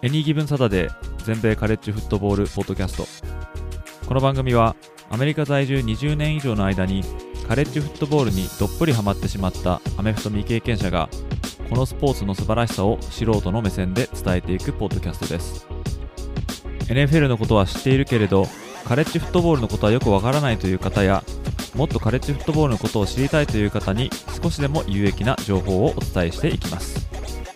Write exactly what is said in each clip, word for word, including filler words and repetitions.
エニーギブンサタデー全米カレッジフットボールポッドキャスト。この番組はアメリカ在住にじゅうねん以上の間にカレッジフットボールにどっぷりハマってしまったアメフト未経験者がこのスポーツの素晴らしさを素人の目線で伝えていくポッドキャストです。 エヌエフエル のことは知っているけれどカレッジフットボールのことはよくわからないという方や、もっとカレッジフットボールのことを知りたいという方に少しでも有益な情報をお伝えしていきます。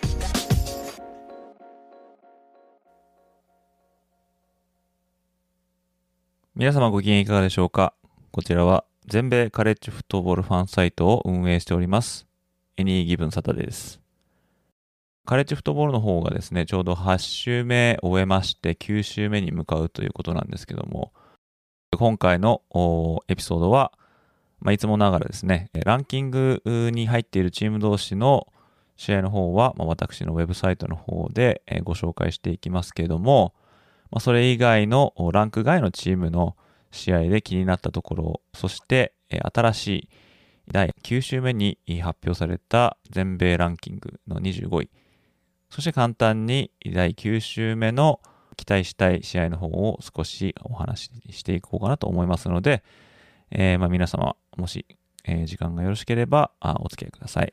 皆様ご機嫌いかがでしょうか。こちらは全米カレッジフットボールファンサイトを運営しておりますエニーギブンサタデーです。カレッジフットボールの方がですね、ちょうどはち週目終えましてきゅう週目に向かうということなんですけども、今回のエピソードは、まあ、いつもながらですね、ランキングに入っているチーム同士の試合の方は、まあ、私のウェブサイトの方でご紹介していきますけれども、まあ、それ以外のランク外のチームの試合で気になったところ、そして新しいだいきゅう週目に発表された全米ランキングのにじゅうごい、そして簡単にだいきゅう週目の期待したい試合の方を少しお話ししていこうかなと思いますので、えー、まあ皆様もし、えー、時間がよろしければお付き合いください。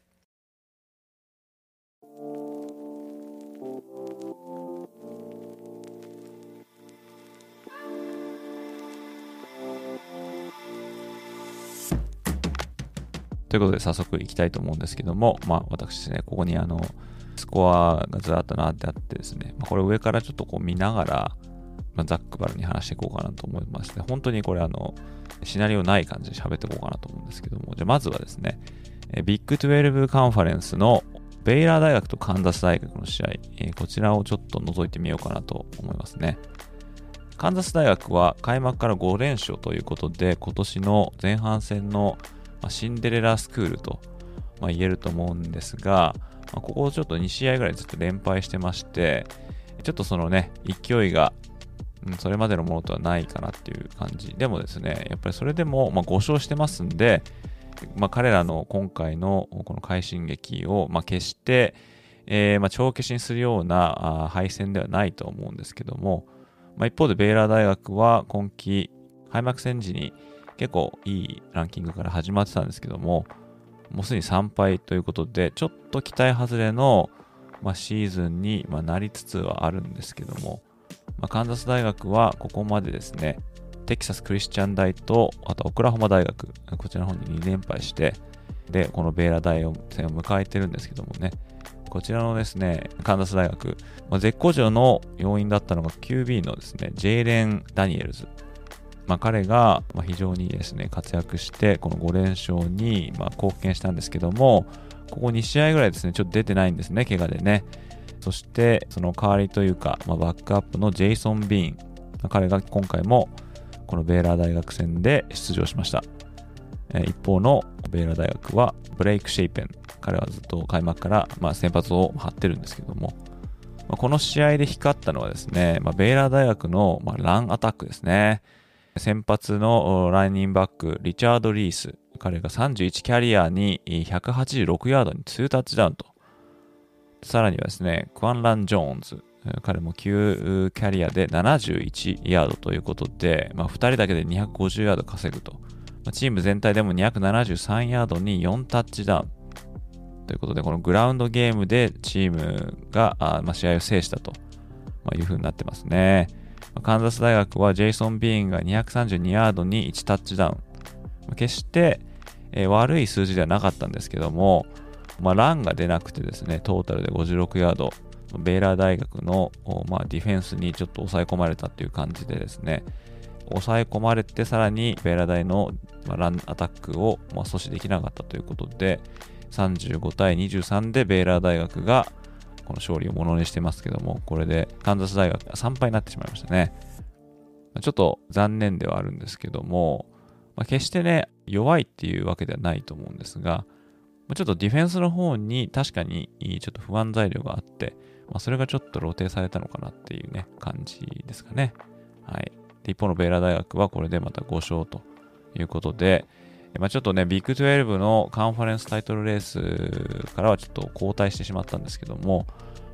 ということで早速いきたいと思うんですけども、まあ私ですね、ここにあのスコアがずらっとなってあってですね、まあ、これ上からちょっとこう見ながら、まあ、ざっくばらに話していこうかなと思いますね。本当にこれあのシナリオない感じで喋っていこうかなと思うんですけども、じゃあまずはですね、ビッグじゅうにカンファレンスのベイラー大学とカンザス大学の試合、えー、こちらをちょっと覗いてみようかなと思いますね。カンザス大学は開幕からご連勝ということで、今年の前半戦のシンデレラスクールと言えると思うんですが、ここちょっとに試合ぐらいずっと連敗してまして、ちょっとそのね、勢いがそれまでのものとはないかなっていう感じ。でもですね、やっぱりそれでもまあご勝してますんで、まあ、彼らの今回のこの快進撃をまあ決して、えー、まあ帳消しにするような敗戦ではないと思うんですけども、まあ、一方でベイラー大学は今季開幕戦時に結構いいランキングから始まってたんですけども、もうすでにさん敗ということで、ちょっと期待外れの、まあ、シーズンに、まあ、なりつつはあるんですけども、まあ、カンザス大学はここまでですね、テキサスクリスチャン大と、あとオクラホマ大学、こちらの方にに連敗して、で、このベイラ大戦を迎えてるんですけどもね、こちらのですね、カンザス大学、まあ、絶好調の要因だったのが キュービー のですね、ジェイレン・ダニエルズ。まあ、彼が非常にですね活躍してこのご連勝にまあ貢献したんですけども、ここに試合ぐらいですねちょっと出てないんですね、怪我でね。そしてその代わりというか、まあ、バックアップのジェイソン・ビーン、彼が今回もこのベイラー大学戦で出場しました。一方のベイラー大学はブレイク・シェイペン、彼はずっと開幕からまあ先発を張ってるんですけども、この試合で光ったのはですね、まあ、ベイラー大学のまあランアタックですね。先発のランニングバックリチャード・リース、彼がさんじゅういちキャリアにひゃくはちじゅうろくヤードににタッチダウンと、さらにはですねクワンラン・ジョーンズ、彼もきゅうキャリアでななじゅういちヤードということで、まあ、ふたりだけでにひゃくごじゅうヤード稼ぐと、まあ、チーム全体でもにひゃくななじゅうさんヤードによんタッチダウンということで、このグラウンドゲームでチームがあ、まあ、試合を制したという風になってますね。カンザス大学はジェイソン・ビーンがにひゃくさんじゅうにヤードにいちタッチダウン。決して、えー、悪い数字ではなかったんですけども、まあ、ランが出なくてですね、トータルでごじゅうろくヤード、ベイラー大学の、まあ、ディフェンスにちょっと抑え込まれたという感じでですね、抑え込まれてさらにベイラー大の、まあ、ランアタックを、まあ、阻止できなかったということで、さんじゅうごたいにじゅうさんでベイラー大学がこの勝利をものにしてますけども、これでカンザス大学がさん敗になってしまいましたね。ちょっと残念ではあるんですけども、まあ、決してね弱いっていうわけではないと思うんですが、ちょっとディフェンスの方に確かにちょっと不安材料があって、まあ、それがちょっと露呈されたのかなっていうね感じですかね。はい。で一方のベイラー大学はこれでまたご勝ということで、まあ、ちょっとねビッグじゅうにのカンファレンスタイトルレースからはちょっと後退してしまったんですけども、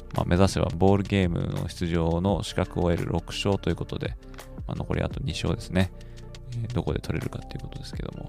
まあ、目指せばボールゲームの出場の資格を得るろく勝ということで、まあ、残りあとに勝ですね、えー、どこで取れるかということですけども。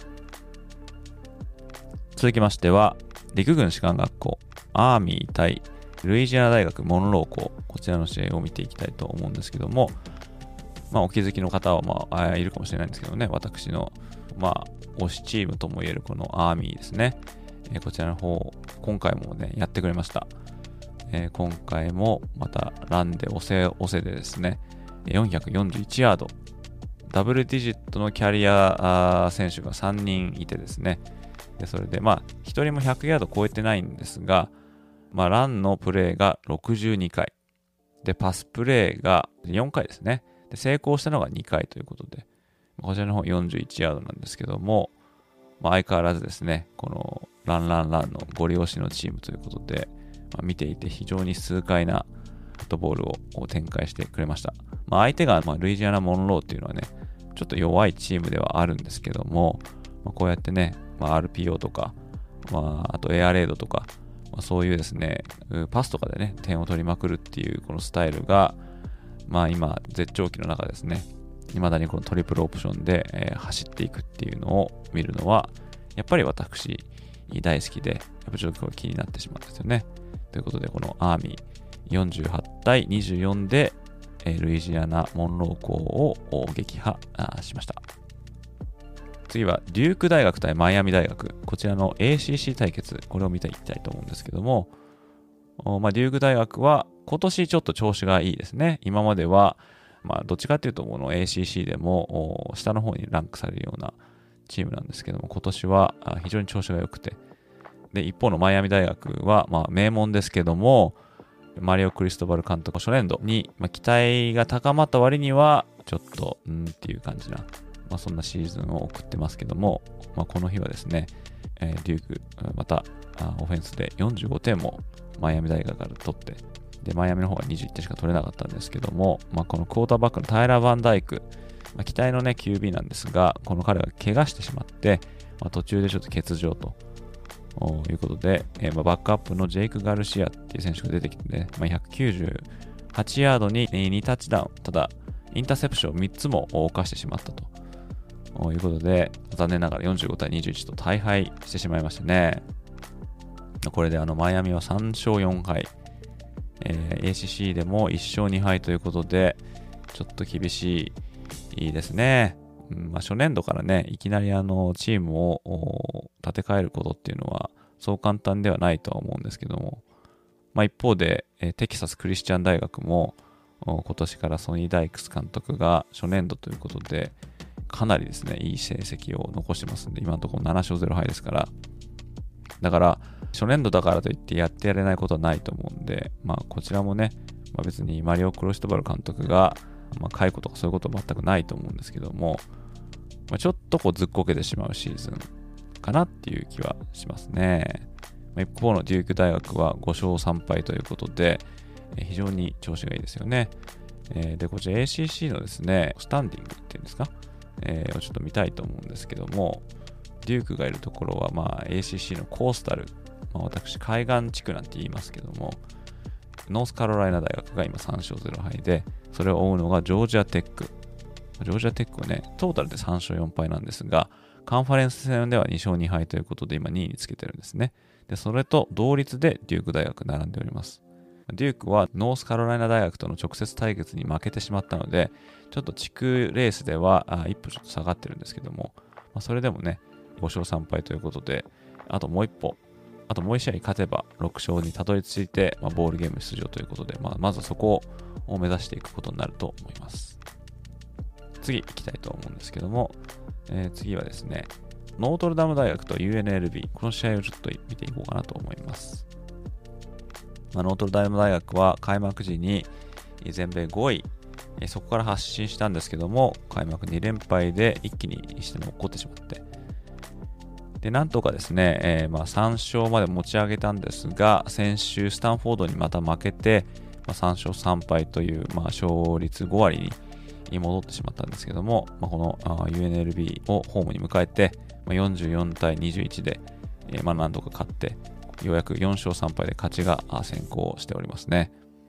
続きましては、陸軍士官学校アーミー対ルイジアナ大学モンロー校、こちらの試合を見ていきたいと思うんですけども、まあ、お気づきの方は、まあ、いるかもしれないんですけどね、私の、まあ、推しチームともいえるこのアーミーですね、えー、こちらの方、今回もね、やってくれました。えー、今回もまたランで押せ押せでですね、よんひゃくよんじゅういちヤード、ダブルディジットのキャリア選手がさんにんいてですね、でそれでまあひとりもひゃくヤード超えてないんですが、まあ、ランのプレーがろくじゅうにかいで、パスプレーがよんかいですね。で成功したのがにかいということで、こちらの方よんじゅういちヤードなんですけども、まあ、相変わらずですね、このランランランのゴリ押しのチームということで、まあ、見ていて非常に痛快なフットボールを展開してくれました。まあ、相手がまあルイジアナ・モンローっていうのはね、ちょっと弱いチームではあるんですけども、まあ、こうやってね、まあ、アールピーオー とか、まあ、あとエアレードとか、まあ、そういうですね、パスとかでね、点を取りまくるっていうこのスタイルが、まあ今、絶頂期の中ですね、未だにこのトリプルオプションで、えー、走っていくっていうのを見るのは、やっぱり私、大好きで、やっぱちょっと気になってしまうんですよね。ということで、このアーミーよんじゅうはちたいにじゅうよんで、えー、ルイジアナ・モンロー校を撃破しました。次はデューク大学対マイアミ大学、こちらの エーシーシー 対決、これを見ていきたいと思うんですけども、まあ、デューク大学は今年ちょっと調子がいいですね。今までは、まあ、どっちかというとこの エーシーシー でも下の方にランクされるようなチームなんですけども、今年は非常に調子が良くて、で一方のマイアミ大学は、まあ、名門ですけども、マリオ・クリストバル監督初年度に、まあ、期待が高まった割にはちょっとうんっていう感じな、まあ、そんなシーズンを送ってますけども、まあ、この日はですね、えー、デュークまたオフェンスでよんじゅうごてんもマイアミ大学から取って、でマイアミの方はにじゅういってんしか取れなかったんですけども、まあ、このクォーターバックのタイラー・バンダイク、まあ、期待のね キュービー なんですが、この彼が怪我してしまって、まあ、途中でちょっと欠場ということで、えー、まあバックアップのジェイク・ガルシアっていう選手が出てきてね、まあ、ひゃくきゅうじゅうはちヤードににタッチダウン、ただインターセプションみっつも犯してしまったということで、残念ながらよんじゅうごたいにじゅういちと大敗してしまいましたね。これであのマイアミはさんしょうよんはい、えー、エーシーシー でもいっしょうにはいということで、ちょっと厳しい、いいですね。まあ、初年度からね、いきなりあのチームを立て替えることっていうのはそう簡単ではないとは思うんですけども、まあ、一方で、えテキサスクリスチャン大学も今年からソニー・ダイクス監督が初年度ということでかなりですね、いい成績を残してますんで、今のところななしょうぜろはいですから、だから初年度だからといってやってやれないことはないと思うんで、まあこちらもね、まあ、別にマリオ・クロシトバル監督が、まあ、解雇とかそういうことは全くないと思うんですけども、まあ、ちょっとこうずっこけてしまうシーズンかなっていう気はしますね。まあ、一方のデューク大学はごしょうさんはいということで、えー、非常に調子がいいですよね。えー、で、こちら エーシーシー のですね、スタンディングっていうんですか、えー、をちょっと見たいと思うんですけども、デュークがいるところは、まあ、エーシーシー のコースタル、まあ、私、海岸地区なんて言いますけども、ノースカロライナ大学が今さんしょうぜろはいで、それを追うのがジョージアテック。ジョージアテックはね、トータルでさんしょうよんはいなんですが、カンファレンス戦ではにしょうにはいということで、今にいにつけてるんですね。で、それと同率でデューク大学並んでおります。デュークはノースカロライナ大学との直接対決に負けてしまったので、ちょっと地区レースではあ一歩ちょっと下がってるんですけども、まあ、それでもね、ごしょうさんはいということで、あともう一歩、あともう一試合勝てばろくしょうにたどり着いて、まあ、ボールゲーム出場ということで、まあ、まずそこを目指していくことになると思います。次行きたいと思うんですけども、えー、次はですね、ノートルダム大学と ユーエヌエルビー、この試合をちょっと見ていこうかなと思います。まあ、ノートルダム大学は開幕時に全米ごい、そこから発進したんですけども、開幕にれんぱいで一気にして残ってしまって、でなんとかですね、えー、まあさんしょうまで持ち上げたんですが、先週スタンフォードにまた負けて、まあ、さんしょうさんはいという、まあ、勝率ごわりに戻ってしまったんですけども、まあ、この ユーエヌエルビー をホームに迎えて、まあ、よんじゅうよんたいにじゅういちで、えー、まあなんとか勝って、ようやくよんしょうさんはいで勝ちが先行しておりますね。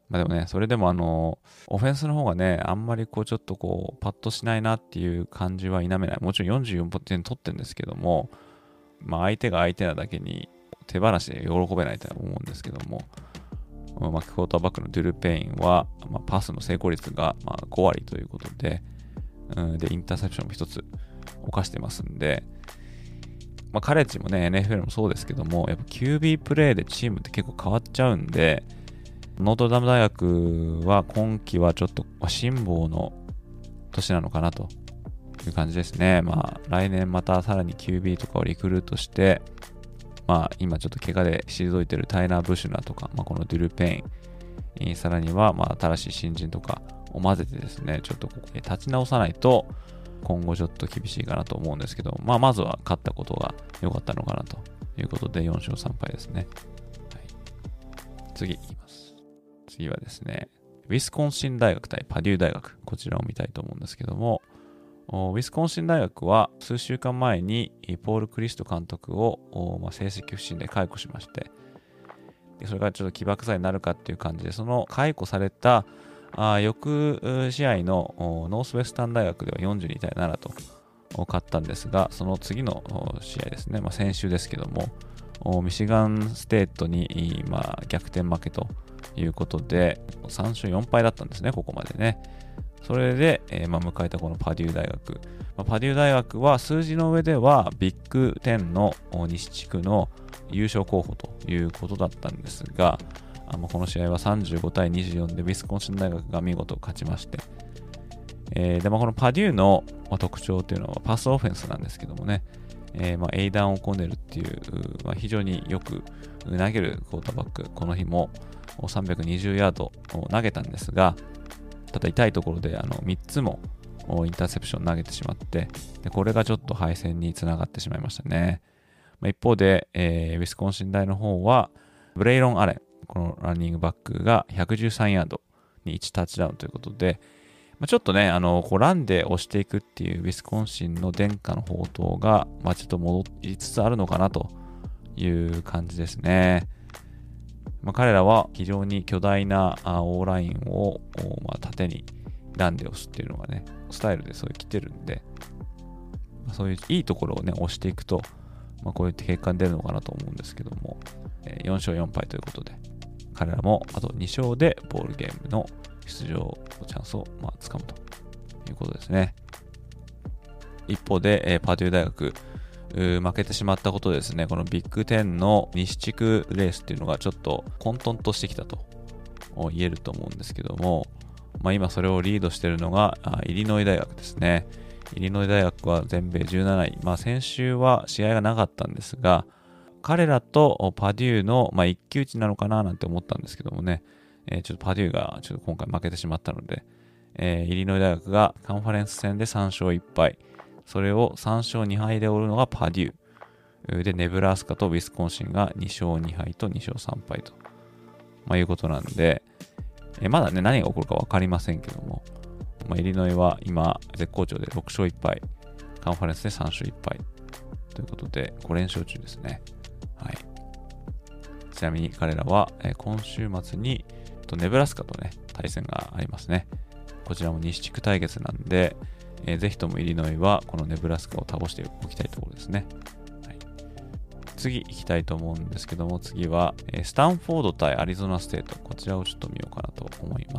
まあでもね、それでもあの、オフェンスの方がね、あんまりこうちょっとこう、パッとしないなっていう感じは否めない。もちろんよんじゅうよんてん取ってるんですけども、まあ相手が相手なだけに手放しで喜べないと思うんですけども、まあ、クォーターバックのドゥルペインは、まあ、パスの成功率がまあご割ということで、うん、で、インターセプションも一つ犯してますんで、まあ、カレッジもね、エヌエフエル もそうですけども、やっぱ キュービー プレーでチームって結構変わっちゃうんで、ノートルダム大学は今季はちょっと辛抱の年なのかなという感じですね。まあ来年またさらに キュービー とかをリクルートして、まあ今ちょっと怪我で退いてるタイラー・ブシュナーとか、まあ、このドゥルペイン、さらにはまあ新しい新人とかを混ぜてですね、ちょっとここ立ち直さないと今後ちょっと厳しいかなと思うんですけど、まあまずは勝ったことが良かったのかなということでよんしょうさんぱいですね。はい、次いきます。次はですね、ウィスコンシン大学対パデュー大学、こちらを見たいと思うんですけども、ウィスコンシン大学は数週間前にポール・クリスト監督を、まあ、成績不振で解雇しまして、それがちょっと起爆剤になるかっていう感じで、その解雇されたあ翌試合のノースウェスタン大学ではよんじゅうにたいななと勝ったんですが、その次の試合ですね、まあ、先週ですけども、ミシガンステートに、まあ、逆転負けということで、さんしょうよんぱいだったんですね、ここまでね。それで、えーまあ、迎えたこのパデュー大学。まあ、パデュー大学は数字の上ではビッグテンの西地区の優勝候補ということだったんですが、あまあ、この試合はさんじゅうごたいにじゅうよんでウィスコンシン大学が見事勝ちまして、えーでまあ、このパデューの、まあ、特徴というのはパスオフェンスなんですけどもね、えーまあ、エイダン・オコネルっていう、まあ、非常によく投げるクォーターバック、この日もさんびゃくにじゅうヤードを投げたんですが、ただ痛いところであのみっつもインターセプション投げてしまって、でこれがちょっと敗戦につながってしまいましたね。まあ、一方で、えー、ウィスコンシン大の方はブレイロン・アレン、このランニングバックがひゃくじゅうさんヤードにいちタッチダウンということで、まあ、ちょっとね、あのこうランで押していくっていうウィスコンシンの殿下の宝刀が、まあ、ちょっと戻りつつあるのかなという感じですね。まあ、彼らは非常に巨大なオーラインを、まあ、縦にランで押すっていうのがね、スタイルでそういう来てるんで、まあ、そういういいところをね、押していくと、まあ、こういう結果に出るのかなと思うんですけども、えー、よんしょうよんぱいということで、彼らもあとにしょうでボールゲームの出場のチャンスをまあ掴むということですね。一方で、えー、パデュー大学、負けてしまったことでですね、このビッグテンの西地区レースっていうのがちょっと混沌としてきたと言えると思うんですけども、まあ、今それをリードしているのがイリノイ大学ですね。イリノイ大学は全米じゅうなない、まあ、先週は試合がなかったんですが、彼らとパデューの、まあ、一騎打ちなのかななんて思ったんですけどもね、えー、ちょっとパデューがちょっと今回負けてしまったので、えー、イリノイ大学がカンファレンス戦でさんしょういっぱい、それをさんしょうにはいで折るのがパデュー。で、ネブラスカとウィスコンシンがにしょうにはいとにしょうさんぱいと、まあ、いうことなんで、えまだね、何が起こるか分かりませんけども、まあ、イリノイは今、絶好調でろくしょういっぱい、カンファレンスでさんしょういっぱいということで、ごれんしょう中ですね。はい。ちなみに彼らは、え今週末にとネブラスカとね、対戦がありますね。こちらも西地区対決なんで、えー、ぜひともイリノイはこのネブラスカを倒しておきたいところですね。はい、次行きたいと思うんですけども、次は、えー、スタンフォード対アリゾナステート。こちらをちょっと見ようかなと思います。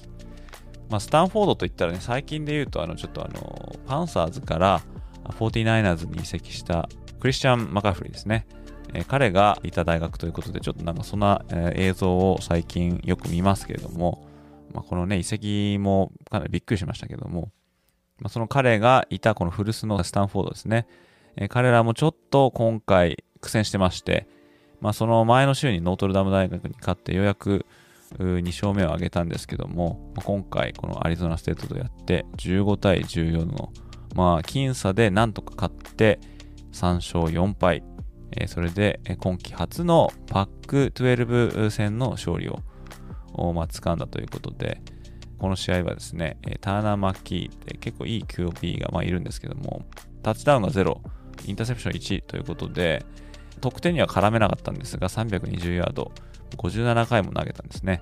まあ、スタンフォードといったらね、最近で言うと、あの、ちょっとあの、パンサーズからフォーティナイナーズに移籍したクリスチャン・マカフリーですね。えー、彼がいた大学ということで、ちょっとなんかそんな、えー、映像を最近よく見ますけれども、まあ、このね、移籍もかなりびっくりしましたけども、まあ、その彼がいたこの古巣のスタンフォードですね。えー、彼らもちょっと今回苦戦してまして、まあ、その前の週にノートルダム大学に勝ってようやくにしょうめを挙げたんですけども、まあ、今回このアリゾナステートとやってじゅうごたいじゅうよんの、まあ、僅差でなんとか勝ってさんしょうよんぱい、えー、それで今季初のパックじゅうに戦の勝利を、まあ、掴んだということで、この試合はですね、ターナー・マッキーって結構いい キュービー がまあいるんですけども、タッチダウンがゼロ、インターセプションいちということで、得点には絡めなかったんですが、さんびゃくにじゅうヤード、ごじゅうななかいも投げたんですね。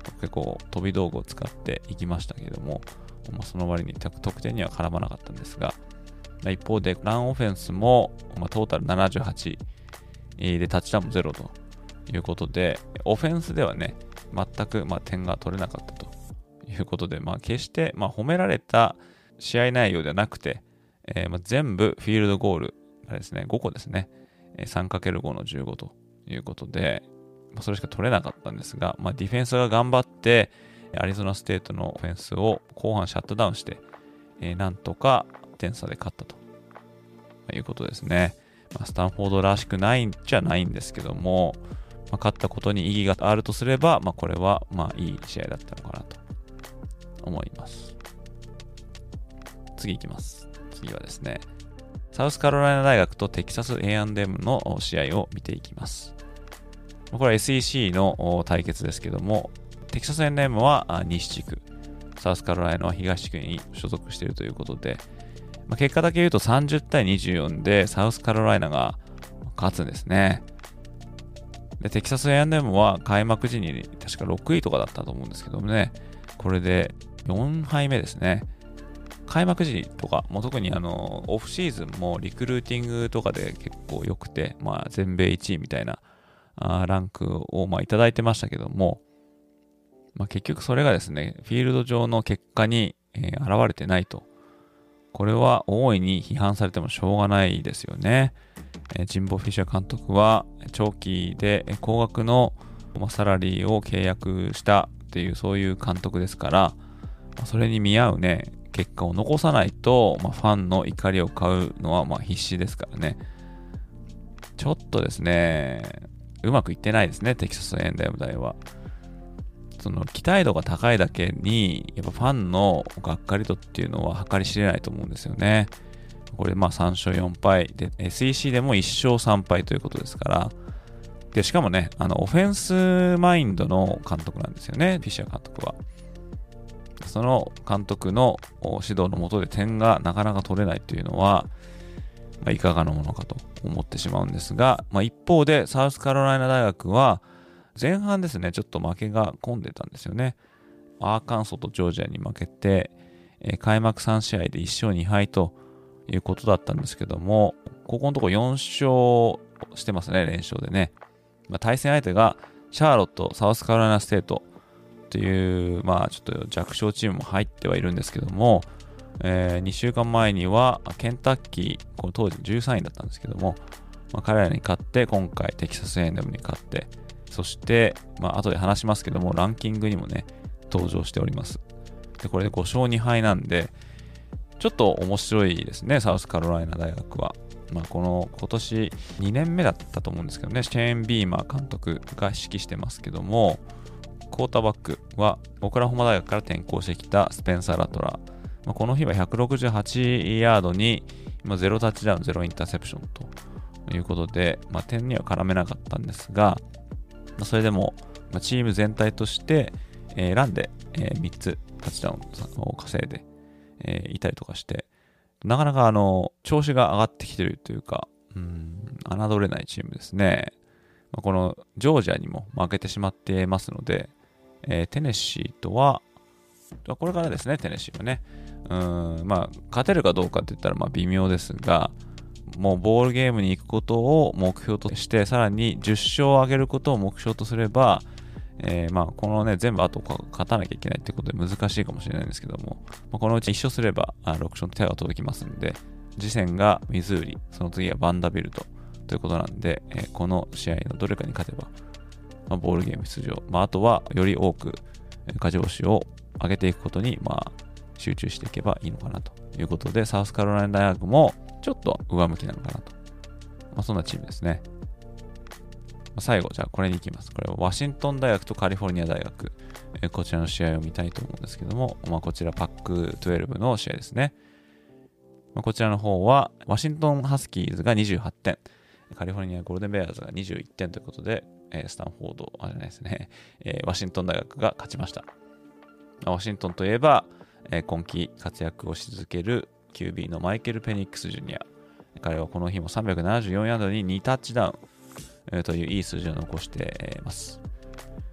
結構飛び道具を使っていきましたけれども、まあ、その割に得点には絡まなかったんですが、まあ、一方でランオフェンスも、まあ、トータルななじゅうはちでタッチダウンもゼロということで、オフェンスではね、全くまあ点が取れなかったということで、まあ、決してまあ褒められた試合内容ではなくて、えー、まあ全部フィールドゴールがですね、ごこですね、さんかけるご のじゅうごということで、まあ、それしか取れなかったんですが、まあ、ディフェンスが頑張って、アリゾナステートのオフェンスを後半シャットダウンして、えー、なんとか点差で勝ったということですね。まあ、スタンフォードらしくないんじゃないんですけども、まあ、勝ったことに意義があるとすれば、まあ、これはまあいい試合だったのかなと思います。次いきます。次はですね、サウスカロライナ大学とテキサス エーアンドエム の試合を見ていきます。これは エスイーシー の対決ですけども、テキサス エーアンドエム は西地区、サウスカロライナは東地区に所属しているということで、まあ、結果だけ言うとさんじゅうたいにじゅうよんでサウスカロライナが勝つんですね。で、テキサス エーアンドエム は開幕時に確かろくいとかだったと思うんですけどもね、これでよんはいめですね。開幕時とか、もう特にあのオフシーズンもリクルーティングとかで結構良くて、まあ、全米いちいみたいなあランクをまあいただいてましたけども、まあ、結局それがですね、フィールド上の結果に、えー、現れてないと。これは大いに批判されてもしょうがないですよね。えー、ジンボ・フィッシャー監督は長期で高額のサラリーを契約したっていうそういう監督ですから、それに見合うね、結果を残さないと、まあ、ファンの怒りを買うのはまあ必死ですからね。ちょっとですね、うまくいってないですね、テキサス エーアンドエム 大は。その期待度が高いだけに、やっぱファンのがっかり度っていうのは計り知れないと思うんですよね。これまあさんしょうよんぱいで、エスイーシー でもいっしょうさんぱいということですから、で、しかもね、あの、オフェンスマインドの監督なんですよね、フィッシャー監督は。その監督の指導の下で点がなかなか取れないというのは、まあ、いかがなものかと思ってしまうんですが、まあ、一方でサウスカロライナ大学は前半ですね、ちょっと負けが込んでたんですよね。アーカンソとジョージアに負けて、えー、開幕さんしあいでいっしょうにはいということだったんですけども、ここのところよんしょうしてますね、連勝でね。まあ、対戦相手がシャーロット、サウスカロライナステートという、まあちょっと弱小チームも入ってはいるんですけども、えー、にしゅうかんまえにはケンタッキー、この当時じゅうさんいだったんですけども、まあ、彼らに勝って、今回テキサス エーアンドエム に勝って、そして、まあ後で話しますけども、ランキングにもね、登場しております。で、これでごしょうにはいなんで、ちょっと面白いですね、サウスカロライナ大学は。まあ、この今年にねんめだったと思うんですけどね、シェーン・ビーマー監督が指揮してますけども、クォーターバックはオクラホマ大学から転校してきたスペンサー・ラトラー。まあ、この日はひゃくろくじゅうはちヤードにゼロタッチダウン、ゼロインターセプションということで、まあ、点には絡めなかったんですが、まあ、それでも、まあ、チーム全体として、えー、ランで、えー、みっつタッチダウンを稼いで、えー、いたりとかして、なかなかあの調子が上がってきてるというか、うーん、侮れないチームですね。まあ、このジョージアにも負けてしまってますので、えー、テネシーとは、これからですね、テネシーはね。うーん、まあ、勝てるかどうかって言ったらまあ微妙ですが、もうボールゲームに行くことを目標として、さらにじゅっしょうを上げることを目標とすれば、えー、まあこのね、全部あと勝たなきゃいけないってことで難しいかもしれないんですけども、まあ、このうちいっしょうすればろく勝の手が届きますんで、次戦がミズーリ、その次はバンダビルトということなんで、えー、この試合のどれかに勝てば、まあ、ボールゲーム出場、まあ、あとはより多く勝ち星を上げていくことに、まあ、集中していけばいいのかなということで、サウスカロライナ大学もちょっと上向きなのかなと。まあ、そんなチームですね。最後、じゃあこれに行きます。これはワシントン大学とカリフォルニア大学。えー、こちらの試合を見たいと思うんですけども、まあ、こちらパックじゅうにの試合ですね。まあ、こちらの方は、ワシントンハスキーズがにじゅうはってん、カリフォルニアゴールデンベアーズがにじゅういってんということで、えー、スタンフォード、あ、じゃないですね、えー、ワシントン大学が勝ちました。ワシントンといえば、えー、今季活躍をし続ける キュービー のマイケル・ペニックス・ジュニア。彼はこの日もさんびゃくななじゅうよんヤードににタッチダウン、えー、といういい数字を残しています。こ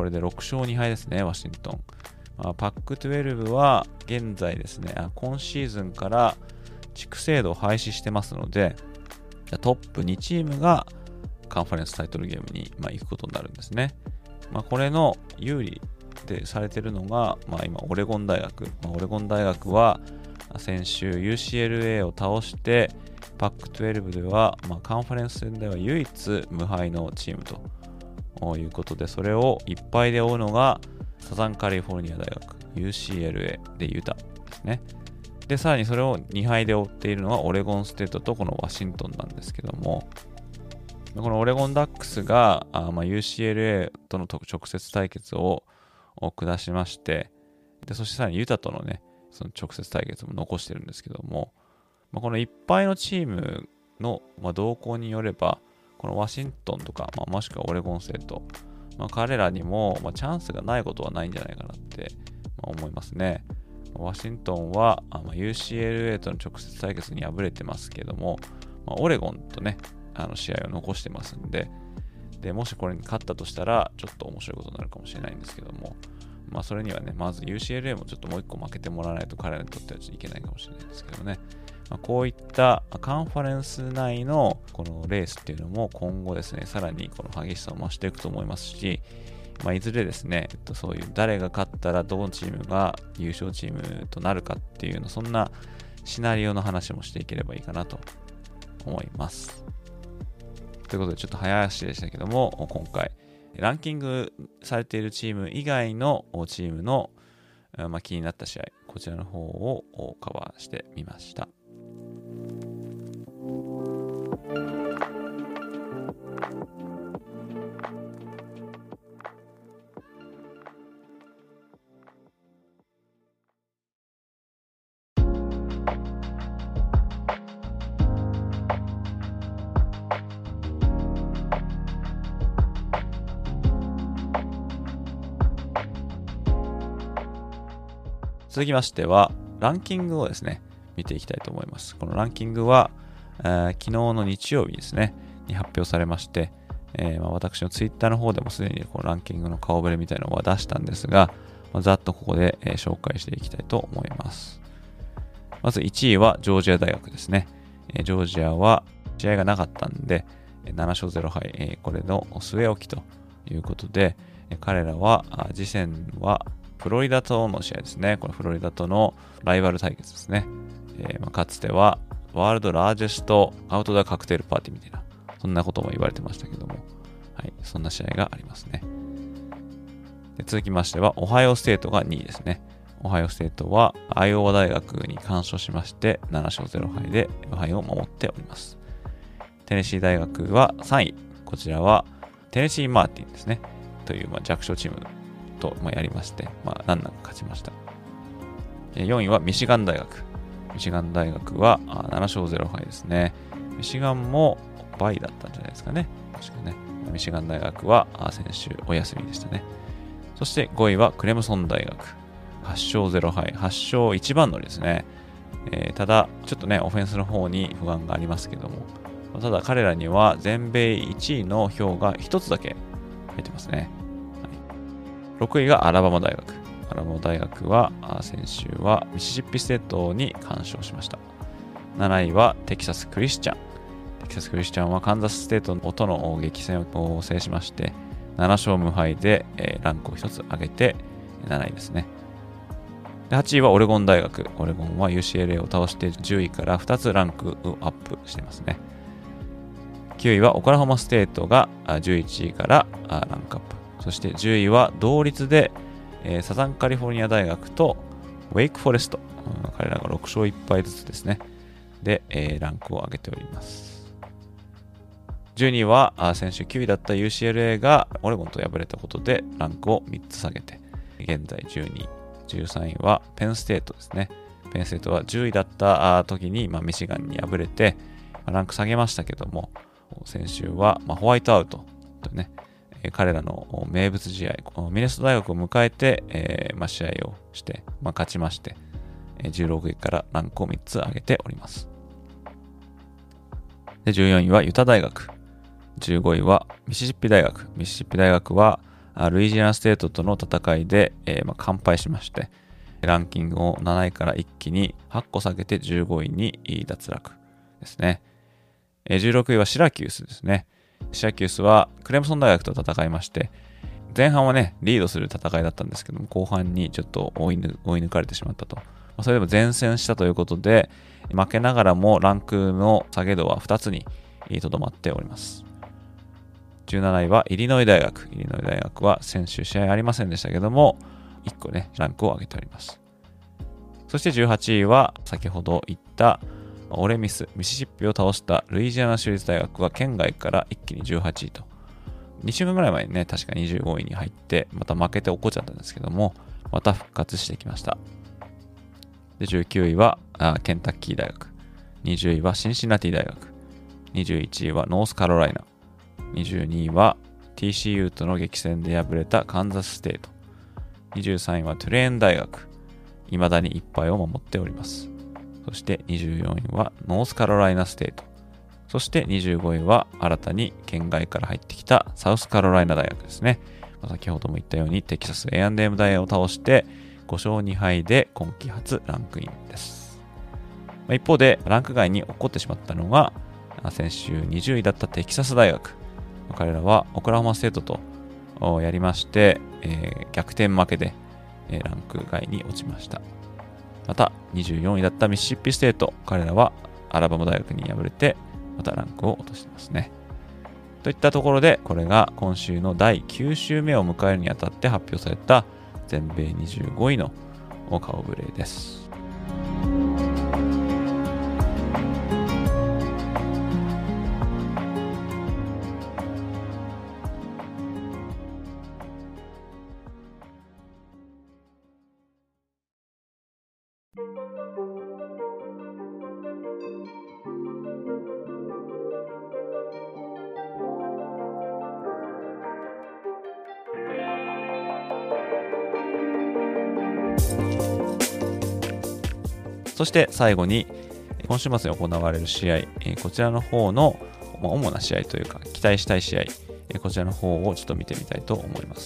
これでろくしょうにはいですね、ワシントン。まあ、パックじゅうには現在ですね、あ今シーズンから地区制度を廃止してますので、トップにチームがカンファレンスタイトルゲームに、まあ、行くことになるんですね。まあ、これの有利でされているのが、まあ、今、オレゴン大学。まあ、オレゴン大学は先週 ユーシーエルエー を倒して、パックじゅうにでは、まあ、カンファレンス戦では唯一無敗のチームということで、それをいっぱいで追うのがサザンカリフォルニア大学 ユーシーエルエー でユタですね。で、さらにそれをにはいで追っているのがオレゴンステートとこのワシントンなんですけども、このオレゴンダックスがあ、まあ、ユーシーエルエー との直接対決を下しまして、でそしてさらにユタとのね、その直接対決も残してるんですけども、まあ、このいっぱいのチームの、まあ、動向によれば、このワシントンとか、まあ、もしくはオレゴンステート、まあ、彼らにも、まあ、チャンスがないことはないんじゃないかなって、まあ、思いますね。ワシントンは、まあ、ユーシーエルエー との直接対決に敗れてますけども、まあ、オレゴンとね、あの試合を残してますんで、で、もしこれに勝ったとしたら、ちょっと面白いことになるかもしれないんですけども、まあ、それにはね、まず ユーシーエルエー もちょっともう一個負けてもらわないと彼らにとってはちょっといけないかもしれないんですけどね。まあ、こういったカンファレンス内のこのレースっていうのも今後ですね、さらにこの激しさを増していくと思いますし、まあ、いずれですね、えっと、そういう誰が勝ったらどのチームが優勝チームとなるかっていうの、そんなシナリオの話もしていければいいかなと思います。ということで、ちょっと早足でしたけども、今回、ランキングされているチーム以外のチームの、まあ、気になった試合、こちらの方をカバーしてみました。続きましては、ランキングをですね、見ていきたいと思います。このランキングは、えー、昨日の日曜日ですね、に発表されまして、えーまあ、私のツイッターの方でもすでにこのランキングの顔ぶれみたいなのは出したんですが、まあ、ざっとここで、えー、紹介していきたいと思います。まずいちいはジョージア大学ですね。えー、ジョージアは試合がなかったんで、ななしょうぜろはい、えー、これの据え置きということで、えー、彼らは次戦はフロリダとの試合ですね。このフロリダとのライバル対決ですね。えーまあ、かつてはワールドラージェストアウトドアカクテルパーティーみたいな、そんなことも言われてましたけども、はい、そんな試合がありますね。で続きましては、オハイオステートがにいですね。オハイオステートはアイオワ大学に完勝しまして、ななしょうぜろはいでオハイオを守っております。テネシー大学はさんい。こちらはテネシーマーティンですね。という、まあ、弱小チームとやりまして、まあ、難なく勝ちました。よんいはミシガン大学。ミシガン大学はななしょうぜろはいですね。ミシガンもバイだったんじゃないですかね。確かね。ミシガン大学は先週お休みでしたね。そしてごいはクレムソン大学。はちしょうぜろはい。はちしょういちばん乗りですね。えー、ただ、ちょっとね、オフェンスの方に不安がありますけども、ただ彼らには全米いちいの票がひとつだけ入ってますね。ろくいがアラバマ大学。アラバマ大学は先週はミシシッピステートに完勝しました。なないはテキサスクリスチャン。テキサスクリスチャンはカンザスステートとの激戦を制しまして、ななしょうむはいでランクをひとつ上げてなないですね。ではちいはオレゴン大学。オレゴンは ユーシーエルエー を倒してじゅういからふたつランクアップしてますね。きゅういはオクラホマステートがじゅういちいからランクアップ。そしてじゅういは同率で、えー、サザンカリフォルニア大学とウェイクフォレスト、うん、彼らがろくしょういっぱいずつですね。で、えー、ランクを上げております。じゅうにいは先週きゅういだった ユーシーエルエー がオレゴンと敗れたことでランクをみっつ下げて、現在じゅうにい。じゅうさんいはペンステートですね。ペンステートはじゅういだった時に、まあ、ミシガンに敗れて、まあ、ランク下げましたけども、先週は、まあ、ホワイトアウトとね、彼らの名物試合、ミネソタ大学を迎えて、えーまあ、試合をして、まあ、勝ちまして、じゅうろくいからランクをみっつ上げております。でじゅうよんいはユタ大学。じゅうごいはミシシッピ大学。ミシシッピ大学はルイジアナステートとの戦いで、えー、まあ完敗しまして、ランキングをなないから一気にはっこ下げてじゅうごいに脱落ですね。じゅうろくいはシラキュースですね。シラキュースはクレムソン大学と戦いまして、前半はね、リードする戦いだったんですけども、後半にちょっと追い抜、追い抜かれてしまったと。それでも善戦したということで、負けながらもランクの下げ度はふたつにとどまっております。じゅうなないはイリノイ大学。イリノイ大学は先週試合ありませんでしたけども、いっこね、ランクを上げております。そしてじゅうはちいは先ほど言ったオレミス、ミシシッピを倒したルイジアナ州立大学は県外から一気にじゅうはちいと。にしゅうかんぐらい前にね、確かにじゅうごいに入って、また負けて落っこっちゃったんですけども、また復活してきました。でじゅうきゅういはあケンタッキー大学。にじゅういはシンシナティ大学。にじゅういちいはノースカロライナ。にじゅうにいは ティーシーユー との激戦で敗れたカンザスステート。にじゅうさんいはトゥレーン大学。未だにいっぱいを守っております。そしてにじゅうよんいはノースカロライナステート。そしてにじゅうごいは新たに県外から入ってきたサウスカロライナ大学ですね。先ほども言ったようにテキサス エーアンドエム 大を倒してごしょうにはいで今季初ランクインです。一方でランク外に起こってしまったのが先週にじゅういだったテキサス大学。彼らはオクラホマステートとやりまして、えー、逆転負けでランク外に落ちました。またにじゅうよんいだったミシシッピステート。彼らはアラバマ大学に敗れてまたランクを落としていますね。といったところで、これが今週のだいきゅう週目を迎えるにあたって発表された全米にじゅうごいの顔ぶれです。そして最後に今週末に行われる試合、こちらの方の主な試合というか期待したい試合、こちらの方をちょっと見てみたいと思います。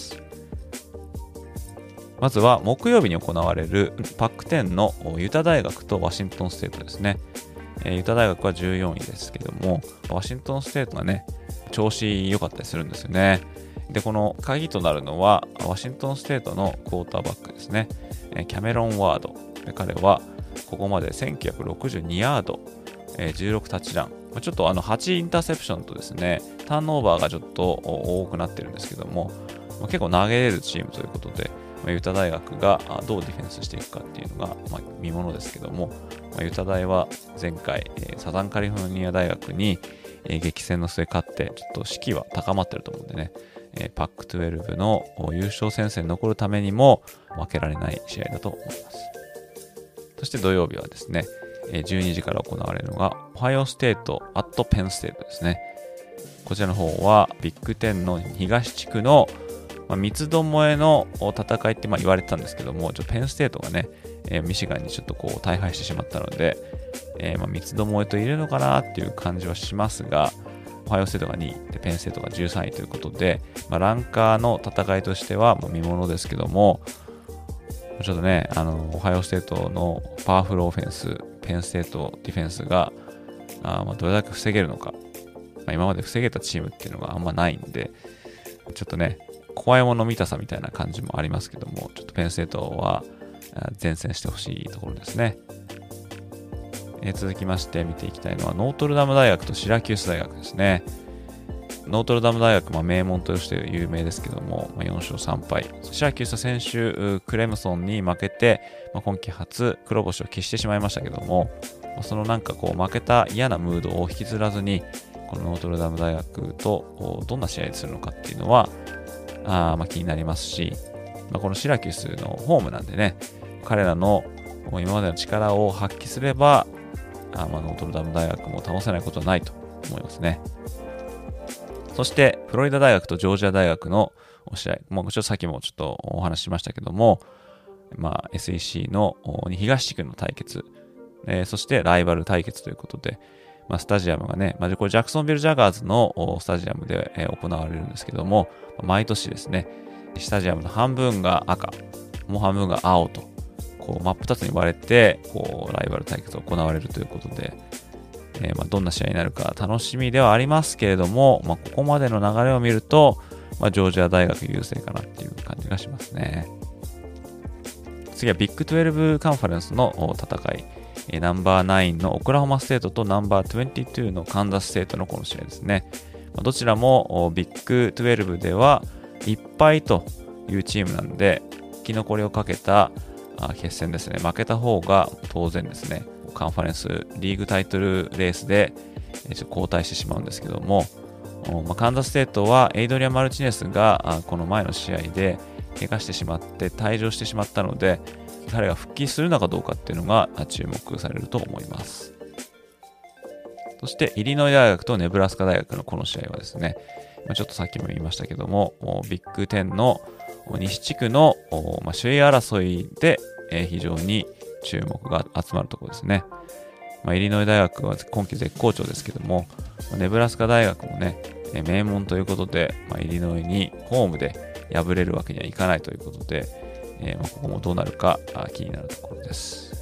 まずは木曜日に行われるパックテンのユタ大学とワシントンステートですね。ユタ大学はじゅうよんいですけども、ワシントンステートがね、調子良かったりするんですよね。で、この鍵となるのはワシントンステートのクォーターバックですね。キャメロン・ワード。彼はここまでせんきゅうひゃくろくじゅうにヤード、じゅうろくタッチダウン、ちょっとあのはちインターセプションとですね、ターンオーバーがちょっと多くなってるんですけども、結構投げれるチームということで、ユタ大学がどうディフェンスしていくかっていうのが見ものですけども、ユタ大は前回サザンカリフォルニア大学に激戦の末勝って、ちょっと士気は高まってると思うんでね、パックじゅうにの優勝戦線に残るためにも負けられない試合だと思います。そして土曜日はですね、じゅうにじから行われるのが、オハイオステート、アットペンステートですね。こちらの方は、ビッグテンの東地区の、まあ、三つどもえの戦いってまあ言われてたんですけども、ちょっとペンステートがね、えー、ミシガンにちょっとこう大敗してしまったので、えー、まあ三つどもえと言えるのかなっていう感じはしますが、オハイオステートがにいで、ペンステートがじゅうさんいということで、まあ、ランカーの戦いとしては見ものですけども、ちょっとね、あの、オハイオステートのパワフルオフェンス、ペンステートディフェンスが、あまあどれだけ防げるのか、まあ、今まで防げたチームっていうのがあんまないんで、ちょっとね、怖いもの見たさみたいな感じもありますけども、ちょっとペンステートは前線してほしいところですね。えー、続きまして見ていきたいのは、ノートルダム大学とシラキュース大学ですね。ノートルダム大学、まあ、名門として有名ですけども、まあ、よんしょうさんぱい。シラキュースは先週、クレムソンに負けて、まあ、今季初黒星を喫してしまいましたけども、まあ、そのなんかこう負けた嫌なムードを引きずらずに、このノートルダム大学とどんな試合するのかっていうのは、あまあ気になりますし、まあ、このシラキュースのホームなんでね、彼らの今までの力を発揮すれば、あまあノートルダム大学も倒せないことはないと思いますね。そして、フロリダ大学とジョージア大学の試合、もうちょっとさっきもちょっとお話ししましたけども、まあ、エスイーシー の東地区の対決、えー、そしてライバル対決ということで、まあ、スタジアムがね、まあ、これジャクソンビル・ジャガーズのスタジアムで行われるんですけども、毎年ですね、 スタジアムの半分が赤、もう半分が青と、こう真っ二つに割れて、こうライバル対決が行われるということで、えーまあ、どんな試合になるか楽しみではありますけれども、まあ、ここまでの流れを見ると、まあ、ジョージア大学優勢かなっていう感じがしますね。次はビッグじゅうにカンファレンスの戦い、えー、ナンバーナインのオクラホマステートとナンバーにじゅうにのカンザスステートのこの試合ですね。まあ、どちらもビッグじゅうにではいっぱいというチームなんで、生き残りをかけた決戦ですね。負けた方が当然ですね、カンファレンスリーグタイトルレースで交代してしまうんですけども、まあ、カンザスステートはエイドリアン・マルチネスがこの前の試合で怪我してしまって退場してしまったので、彼が復帰するのかどうかっていうのが注目されると思います。そしてイリノイ大学とネブラスカ大学のこの試合はですね、ちょっとさっきも言いましたけども、ビッグじゅうの西地区の首位争いで非常に注目が集まるところですね。まあ、イリノイ大学は今季絶好調ですけども、ネブラスカ大学もね、名門ということで、まあ、イリノイにホームで敗れるわけにはいかないということで、えーまあ、ここもどうなるか気になるところです。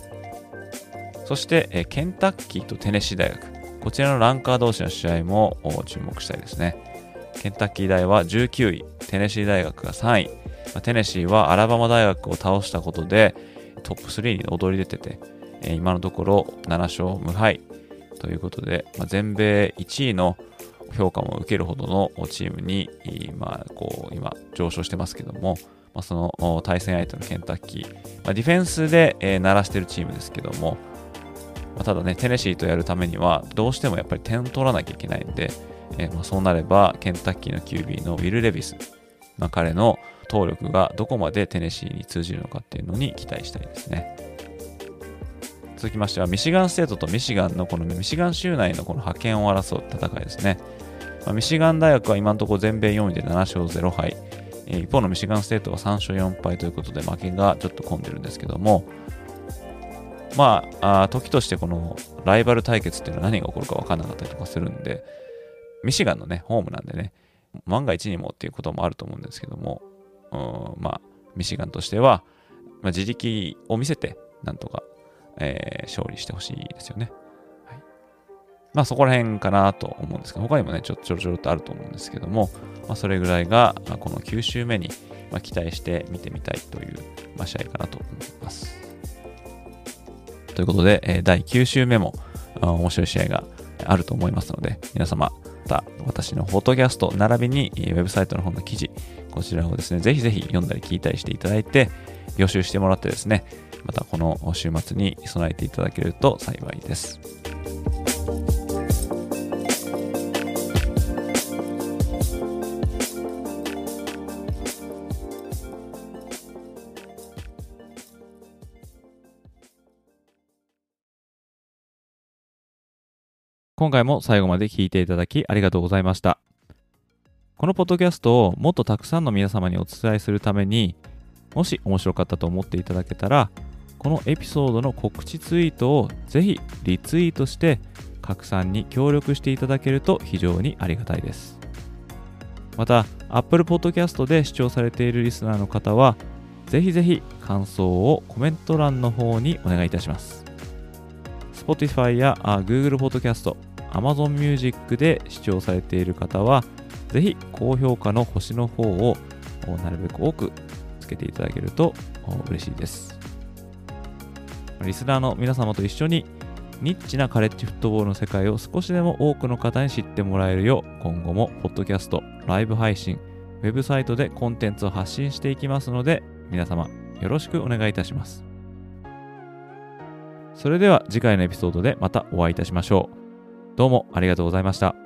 そして、えー、ケンタッキーとテネシー大学、こちらのランカー同士の試合も注目したいですね。ケンタッキー大はじゅうきゅうい、テネシー大学がさんい、まあ、テネシーはアラバマ大学を倒したことでトップスリーに躍り出てて、えー、今のところななしょうむはいということで、まあ、全米いちいの評価も受けるほどのチームに、まあ、こう今上昇してますけども、まあ、その対戦相手のケンタッキー、まあ、ディフェンスで、えー、鳴らしてるチームですけども、まあ、ただね、テネシーとやるためにはどうしてもやっぱり点を取らなきゃいけないんで、えーまあ、そうなればケンタッキーの キュービー のウィル・レビス、まあ、彼の投力がどこまでテネシーに通じるのかっていうのに期待したいですね。続きましてはミシガンステートとミシガンのこのミシガン州内のこの覇権を争う戦いですね。まあ、ミシガン大学は今のところ全米よんいでななしょうぜろはい、えー、一方のミシガンステートはさんしょうよんはいということで負けがちょっと混んでるんですけども、まあ、あ時としてこのライバル対決っていうのは何が起こるか分からなかったりとかするんで、ミシガンのねホームなんでね、万が一にもっていうこともあると思うんですけども、うん、まあミシガンとしては、まあ、自力を見せてなんとか、えー、勝利してほしいですよね。はい、まあそこら辺かなと思うんですけど、他にもねちょっとちょろちょろっとあると思うんですけども、まあ、それぐらいがこのきゅう週目にまあ期待して見てみたいという、まあ、試合かなと思います。ということでだいきゅう週目も面白い試合があると思いますので、皆様また私のポッドキャスト並びにウェブサイトの方の記事、こちらをですねぜひぜひ読んだり聞いたりしていただいて予習してもらってですね、またこの週末に備えていただけると幸いです。今回も最後まで聞いていただきありがとうございました。このポッドキャストをもっとたくさんの皆様にお伝えするために、もし面白かったと思っていただけたら、このエピソードの告知ツイートをぜひリツイートして拡散に協力していただけると非常にありがたいです。また、Apple Podcast で視聴されているリスナーの方は、ぜひぜひ感想をコメント欄の方にお願いいたします。Spotify や Google Podcast、Amazon Music で視聴されている方は、ぜひ高評価の星の方をなるべく多くつけていただけると嬉しいです。リスナーの皆様と一緒にニッチなカレッジフットボールの世界を少しでも多くの方に知ってもらえるよう、今後もポッドキャスト、ライブ配信、ウェブサイトでコンテンツを発信していきますので、皆様よろしくお願いいたします。それでは次回のエピソードでまたお会いいたしましょう。どうもありがとうございました。